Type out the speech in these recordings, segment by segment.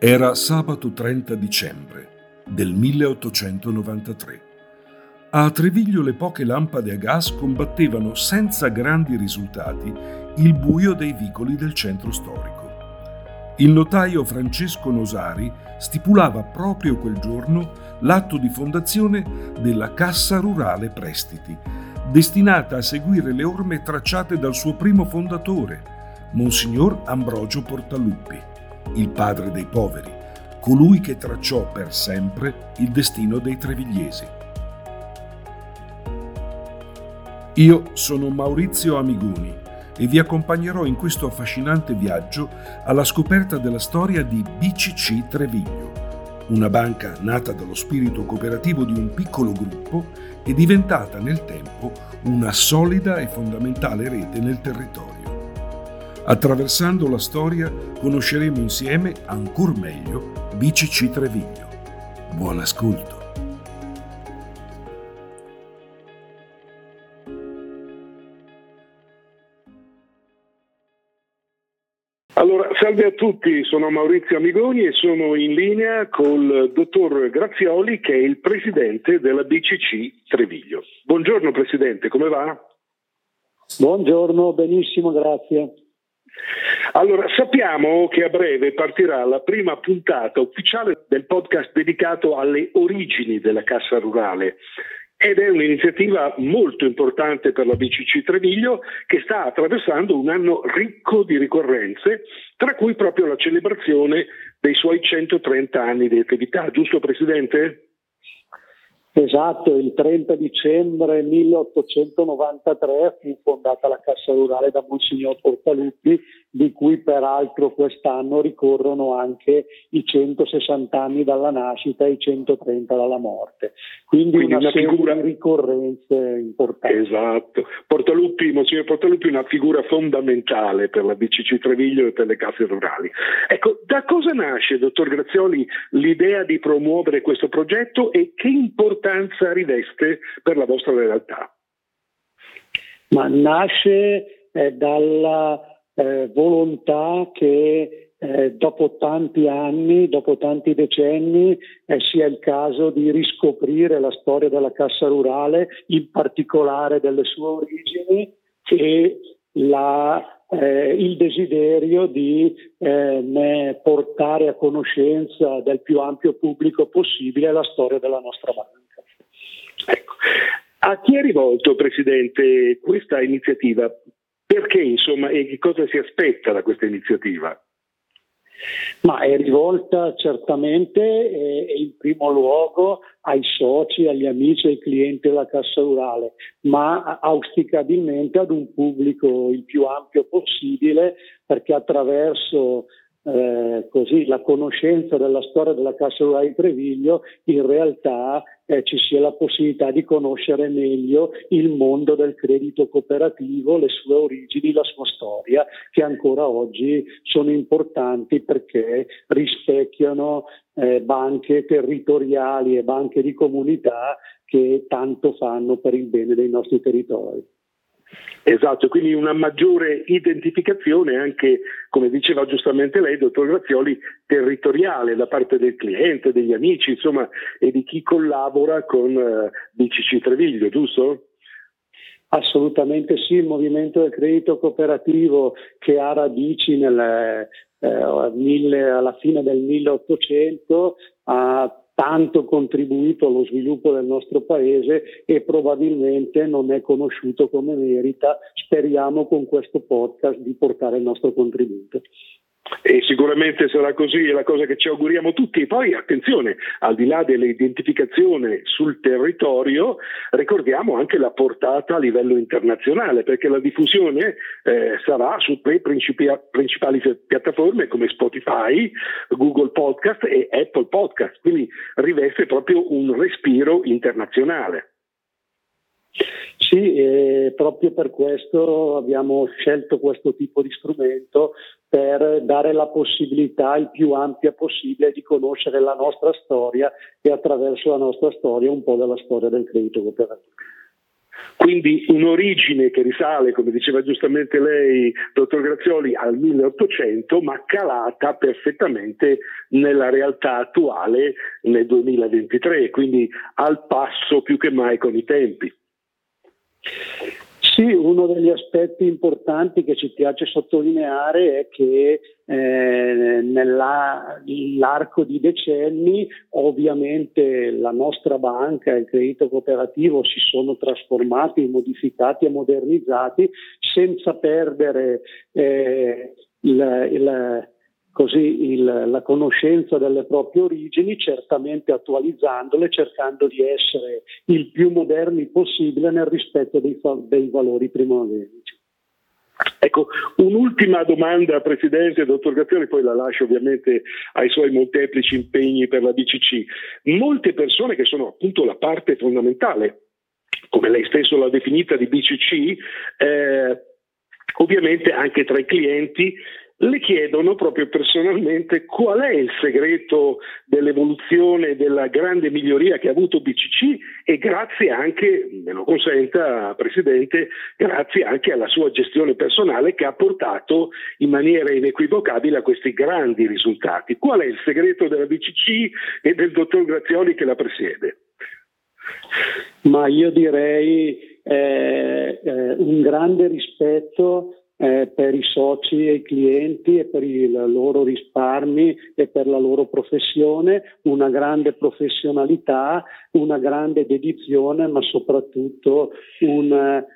Era sabato 30 dicembre del 1893. A Treviglio le poche lampade a gas combattevano senza grandi risultati il buio dei vicoli del centro storico. Il notaio Francesco Nosari stipulava proprio quel giorno l'atto di fondazione della Cassa Rurale Prestiti, destinata a seguire le orme tracciate dal suo primo fondatore, Monsignor Ambrogio Portaluppi, il padre dei poveri, colui che tracciò per sempre il destino dei trevigliesi. Io sono Maurizio Amigoni e vi accompagnerò in questo affascinante viaggio alla scoperta della storia di BCC Treviglio, una banca nata dallo spirito cooperativo di un piccolo gruppo e diventata nel tempo una solida e fondamentale rete nel territorio. Attraversando la storia conosceremo insieme ancor meglio BCC Treviglio. Buon ascolto. Allora, salve a tutti, sono Maurizio Amigoni e sono in linea col dottor Grazioli, che è il presidente della BCC Treviglio. Buongiorno Presidente, come va? Buongiorno, benissimo, grazie. Allora, sappiamo che a breve partirà la prima puntata ufficiale del podcast dedicato alle origini della Cassa Rurale. Ed è un'iniziativa molto importante per la BCC Treviglio, che sta attraversando un anno ricco di ricorrenze, tra cui proprio la celebrazione dei suoi 130 anni di attività, giusto Presidente? Esatto, il 30 dicembre 1893 fu fondata la Cassa Rurale da Monsignor Portaluppi, di cui peraltro quest'anno ricorrono anche i 160 anni dalla nascita e i 130 dalla morte. Quindi una figura di ricorrenze importanti. Esatto. Monsignor Portaluppi è una figura fondamentale per la BCC Treviglio e per le casse rurali. Ecco, da cosa nasce, dottor Grazioli, l'idea di promuovere questo progetto e che importanza riveste per la vostra realtà? Ma nasce dalla volontà che dopo tanti anni, dopo tanti decenni, sia il caso di riscoprire la storia della Cassa Rurale, in particolare delle sue origini, e il desiderio di portare a conoscenza del più ampio pubblico possibile la storia della nostra banca. Ecco. A chi è rivolto, Presidente, questa iniziativa? Perché, insomma, e che cosa si aspetta da questa iniziativa? Ma è rivolta certamente in primo luogo ai soci, agli amici, ai clienti della Cassa Rurale, ma auspicabilmente ad un pubblico il più ampio possibile, perché attraverso così la conoscenza della storia della Cassa Rurale di Treviglio in realtà ci sia la possibilità di conoscere meglio il mondo del credito cooperativo, le sue origini, la sua storia, che ancora oggi sono importanti perché rispecchiano banche territoriali e banche di comunità che tanto fanno per il bene dei nostri territori. Esatto, quindi una maggiore identificazione anche, come diceva giustamente lei, dottor Grazioli, territoriale da parte del cliente, degli amici, insomma, e di chi collabora con BCC Treviglio, giusto? Assolutamente sì, il movimento del credito cooperativo, che ha radici alla fine del 1800, ha tanto contribuito allo sviluppo del nostro paese e probabilmente non è conosciuto come merita. Speriamo con questo podcast di portare il nostro contributo. E sicuramente sarà così, è la cosa che ci auguriamo tutti. E poi attenzione, al di là dell'identificazione sul territorio, ricordiamo anche la portata a livello internazionale, perché la diffusione sarà su tre principali piattaforme come Spotify, Google Podcast e Apple Podcast, quindi riveste proprio un respiro internazionale. Sì, proprio per questo abbiamo scelto questo tipo di strumento, per dare la possibilità il più ampia possibile di conoscere la nostra storia e attraverso la nostra storia un po' della storia del credito cooperativo. Quindi un'origine che risale, come diceva giustamente lei, dottor Grazioli, al 1800, ma calata perfettamente nella realtà attuale nel 2023, quindi al passo più che mai con i tempi. Sì, uno degli aspetti importanti che ci piace sottolineare è che nell'arco di decenni ovviamente la nostra banca e il credito cooperativo si sono trasformati, modificati e modernizzati senza perdere la conoscenza delle proprie origini, certamente attualizzandole, cercando di essere il più moderni possibile nel rispetto dei valori primogeniti. Ecco, un'ultima domanda, Presidente, dottor Grazioli, poi la lascio ovviamente ai suoi molteplici impegni per la BCC. Molte persone che sono appunto la parte fondamentale, come lei stesso l'ha definita, di BCC, ovviamente anche tra i clienti, le chiedono proprio personalmente qual è il segreto dell'evoluzione, della grande miglioria che ha avuto BCC e grazie anche, me lo consenta Presidente, grazie anche alla sua gestione personale che ha portato in maniera inequivocabile a questi grandi risultati. Qual è il segreto della BCC e del dottor Grazioli che la presiede? Ma io direi un grande rispetto per i soci e i clienti e per i loro risparmi e per la loro professione, una grande professionalità, una grande dedizione, ma soprattutto una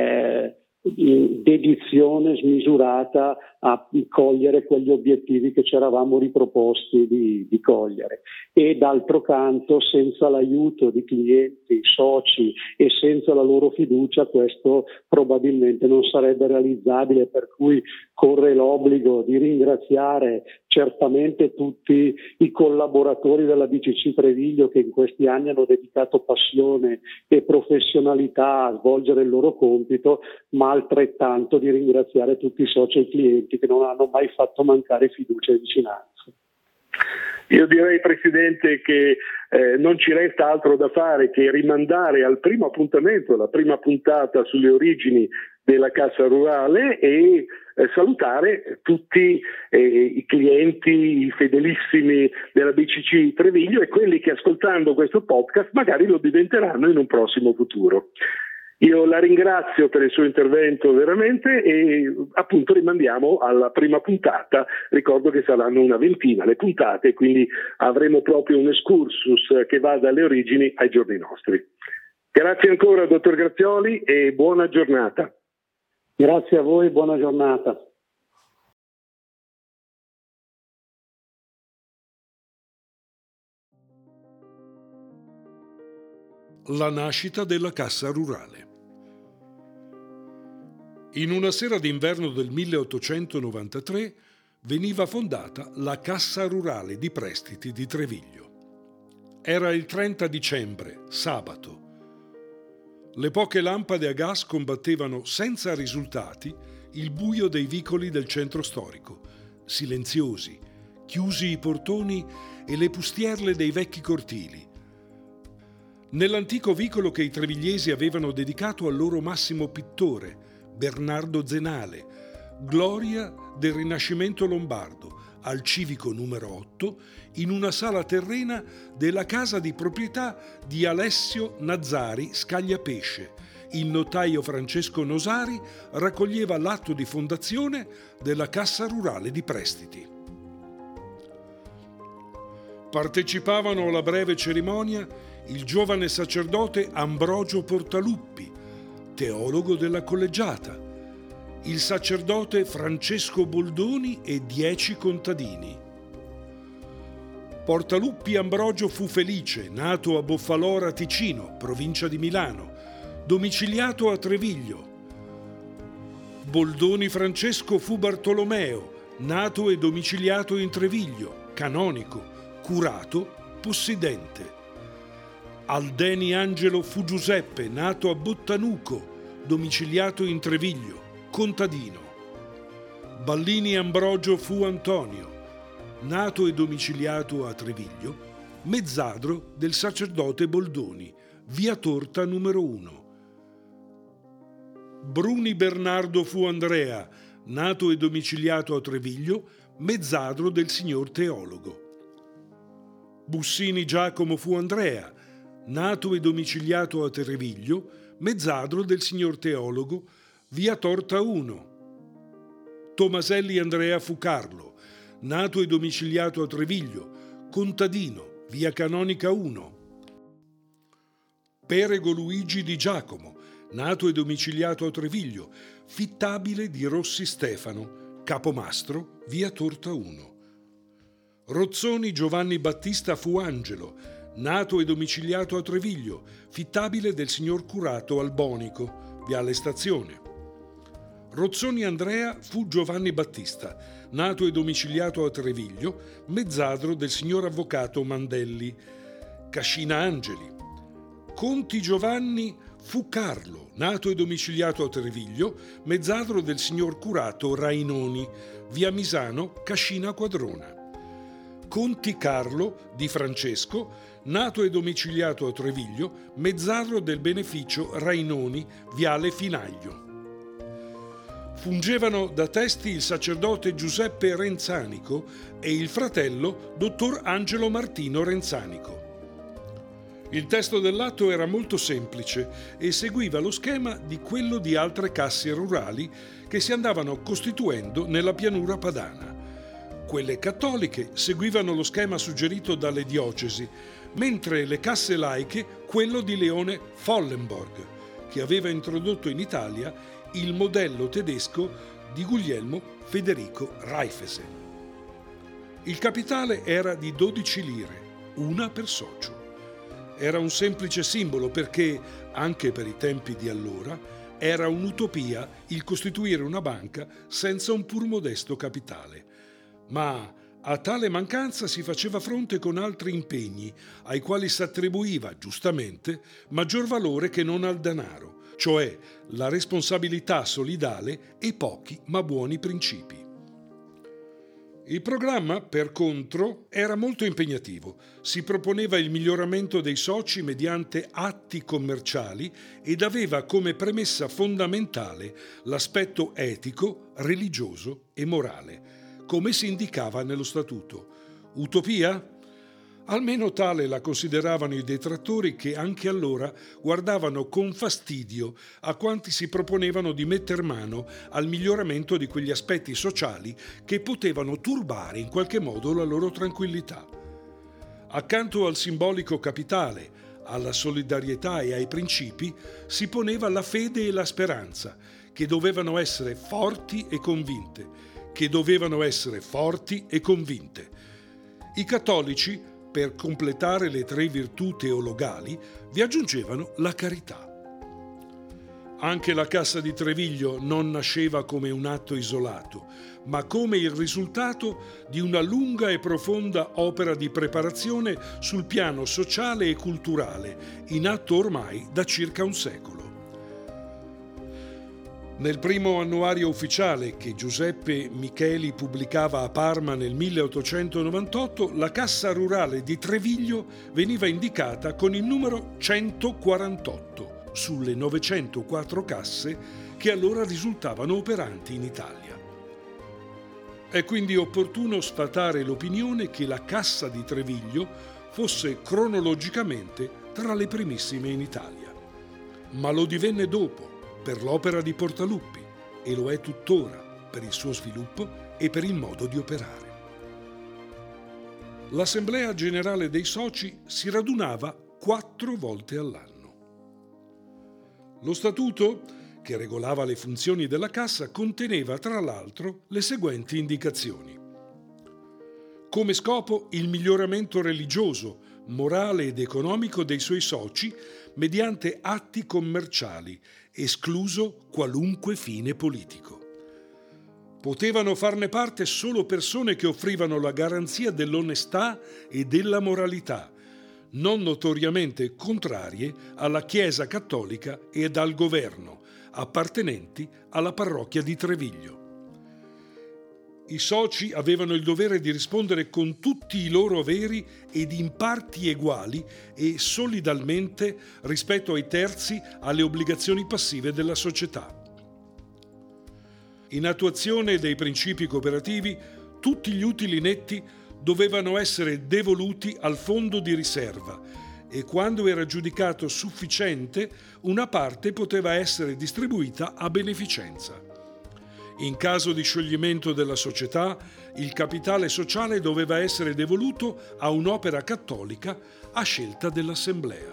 dedizione smisurata a cogliere quegli obiettivi che ci eravamo riproposti di cogliere. E d'altro canto, senza l'aiuto di clienti, soci e senza la loro fiducia, questo probabilmente non sarebbe realizzabile, per cui corre l'obbligo di ringraziare certamente tutti i collaboratori della BCC Treviglio che in questi anni hanno dedicato passione e professionalità a svolgere il loro compito, ma altrettanto di ringraziare tutti i soci e i clienti che non hanno mai fatto mancare fiducia e vicinanza. Io direi, Presidente, che non ci resta altro da fare che rimandare al primo appuntamento, la prima puntata sulle origini della Cassa Rurale e salutare tutti i clienti, i fedelissimi della BCC Treviglio e quelli che ascoltando questo podcast magari lo diventeranno in un prossimo futuro. Io la ringrazio per il suo intervento veramente e appunto rimandiamo alla prima puntata, ricordo che saranno una ventina le puntate, quindi avremo proprio un excursus che va dalle origini ai giorni nostri. Grazie ancora dottor Grazioli e buona giornata. Grazie a voi, buona giornata. La nascita della Cassa Rurale. In una sera d'inverno del 1893 veniva fondata la Cassa Rurale di Prestiti di Treviglio. Era il 30 dicembre, sabato. Le poche lampade a gas combattevano senza risultati il buio dei vicoli del centro storico, silenziosi, chiusi i portoni e le pustierle dei vecchi cortili. Nell'antico vicolo che i trevigliesi avevano dedicato al loro massimo pittore, Bernardo Zenale, gloria del Rinascimento lombardo, al civico numero 8, in una sala terrena della casa di proprietà di Alessio Nazzari Scagliapesce, il notaio Francesco Nosari raccoglieva l'atto di fondazione della Cassa Rurale di Prestiti. Partecipavano alla breve cerimonia il giovane sacerdote Ambrogio Portaluppi, teologo della collegiata, il sacerdote Francesco Boldoni e 10 contadini. Portaluppi Ambrogio fu felice, nato a Boffalora Ticino, provincia di Milano, domiciliato a Treviglio. Boldoni Francesco fu Bartolomeo, nato e domiciliato in Treviglio, canonico, curato, possidente. Aldeni Angelo fu Giuseppe, nato a Bottanuco, domiciliato in Treviglio, contadino. Ballini Ambrogio fu Antonio, nato e domiciliato a Treviglio, mezzadro del sacerdote Boldoni, via Torta numero 1. Bruni Bernardo fu Andrea, nato e domiciliato a Treviglio, mezzadro del signor teologo. Bussini Giacomo fu Andrea, nato e domiciliato a Treviglio, mezzadro del signor teologo, via Torta 1. Tomaselli Andrea fu Carlo, nato e domiciliato a Treviglio, contadino, via Canonica 1. Perego Luigi di Giacomo, nato e domiciliato a Treviglio, fittabile di Rossi Stefano, capomastro, via Torta 1. Rozzoni Giovanni Battista fu Angelo, nato e domiciliato a Treviglio, fittabile del signor curato Albonico, viale Stazione. Rozzoni Andrea fu Giovanni Battista, nato e domiciliato a Treviglio, mezzadro del signor avvocato Mandelli. Cascina Angeli. Conti Giovanni fu Carlo, nato e domiciliato a Treviglio, mezzadro del signor curato Rainoni, via Misano, Cascina Quadrona. Conti Carlo di Francesco, nato e domiciliato a Treviglio, mezzadro del beneficio Rainoni, viale Finaglio. Fungevano da testi il sacerdote Giuseppe Renzanico e il fratello dottor Angelo Martino Renzanico. Il testo dell'atto era molto semplice e seguiva lo schema di quello di altre casse rurali che si andavano costituendo nella pianura padana. Quelle cattoliche seguivano lo schema suggerito dalle diocesi, mentre le casse laiche quello di Leone Follenborg, che aveva introdotto in Italia il modello tedesco di Guglielmo Federico Raifese. Il capitale era di 12 lire, una per socio. Era un semplice simbolo perché, anche per i tempi di allora, era un'utopia il costituire una banca senza un pur modesto capitale. Ma a tale mancanza si faceva fronte con altri impegni, ai quali si attribuiva, giustamente, maggior valore che non al denaro, cioè la responsabilità solidale e pochi ma buoni principi. Il programma, per contro, era molto impegnativo. Si proponeva il miglioramento dei soci mediante atti commerciali ed aveva come premessa fondamentale l'aspetto etico, religioso e morale, come si indicava nello statuto. Utopia? Almeno tale la consideravano i detrattori che anche allora guardavano con fastidio a quanti si proponevano di metter mano al miglioramento di quegli aspetti sociali che potevano turbare in qualche modo la loro tranquillità. Accanto al simbolico capitale, alla solidarietà e ai principi, si poneva la fede e la speranza, che dovevano essere forti e convinte, I cattolici, per completare le 3 virtù teologali, vi aggiungevano la carità. Anche la Cassa di Treviglio non nasceva come un atto isolato, ma come il risultato di una lunga e profonda opera di preparazione sul piano sociale e culturale, in atto ormai da circa un secolo. Nel primo annuario ufficiale che Giuseppe Micheli pubblicava a Parma nel 1898, la Cassa Rurale di Treviglio veniva indicata con il numero 148 sulle 904 casse che allora risultavano operanti in Italia. È quindi opportuno sfatare l'opinione che la Cassa di Treviglio fosse cronologicamente tra le primissime in Italia. Ma lo divenne dopo, per l'opera di Portaluppi, e lo è tuttora per il suo sviluppo e per il modo di operare. L'Assemblea Generale dei Soci si radunava 4 volte all'anno. Lo statuto, che regolava le funzioni della Cassa, conteneva tra l'altro le seguenti indicazioni. Come scopo il miglioramento religioso, morale ed economico dei suoi soci mediante atti commerciali, escluso qualunque fine politico. Potevano farne parte solo persone che offrivano la garanzia dell'onestà e della moralità, non notoriamente contrarie alla Chiesa cattolica ed al governo, appartenenti alla parrocchia di Treviglio. I soci avevano il dovere di rispondere con tutti i loro averi ed in parti uguali e solidalmente rispetto ai terzi alle obbligazioni passive della società. In attuazione dei principi cooperativi, tutti gli utili netti dovevano essere devoluti al fondo di riserva e quando era giudicato sufficiente, una parte poteva essere distribuita a beneficenza. In caso di scioglimento della società, il capitale sociale doveva essere devoluto a un'opera cattolica a scelta dell'Assemblea.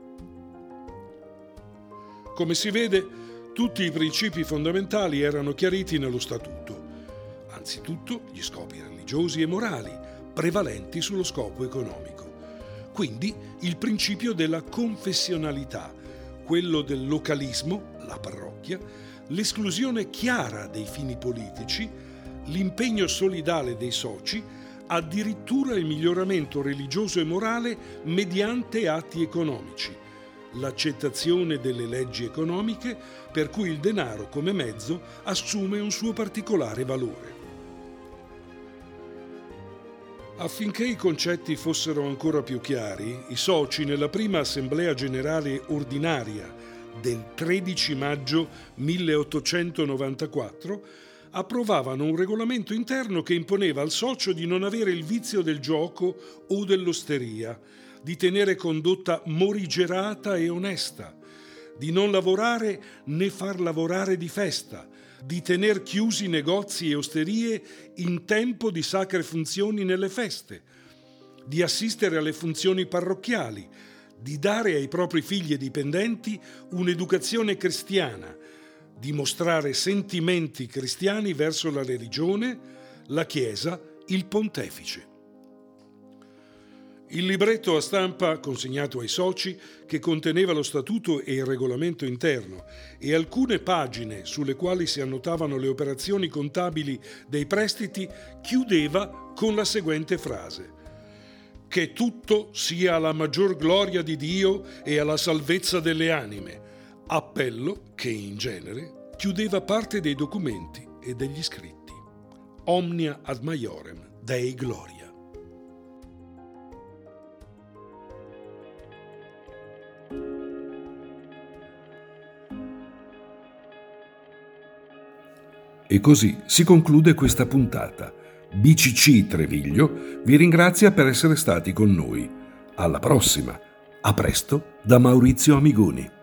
Come si vede, tutti i principi fondamentali erano chiariti nello Statuto. Anzitutto gli scopi religiosi e morali, prevalenti sullo scopo economico. Quindi il principio della confessionalità, quello del localismo, la parrocchia, l'esclusione chiara dei fini politici, l'impegno solidale dei soci, addirittura il miglioramento religioso e morale mediante atti economici, l'accettazione delle leggi economiche per cui il denaro come mezzo assume un suo particolare valore. Affinché i concetti fossero ancora più chiari, i soci nella prima assemblea generale ordinaria del 13 maggio 1894 approvavano un regolamento interno che imponeva al socio di non avere il vizio del gioco o dell'osteria, di tenere condotta morigerata e onesta, di non lavorare né far lavorare di festa, di tener chiusi negozi e osterie in tempo di sacre funzioni nelle feste, di assistere alle funzioni parrocchiali, di dare ai propri figli e dipendenti un'educazione cristiana, di mostrare sentimenti cristiani verso la religione, la Chiesa, il Pontefice. Il libretto a stampa consegnato ai soci, che conteneva lo statuto e il regolamento interno e alcune pagine sulle quali si annotavano le operazioni contabili dei prestiti, chiudeva con la seguente frase: «Che tutto sia alla maggior gloria di Dio e alla salvezza delle anime», appello che in genere chiudeva parte dei documenti e degli scritti. Omnia ad maiorem Dei gloria. E così si conclude questa puntata. BCC Treviglio vi ringrazia per essere stati con noi. Alla prossima. A presto da Maurizio Amigoni.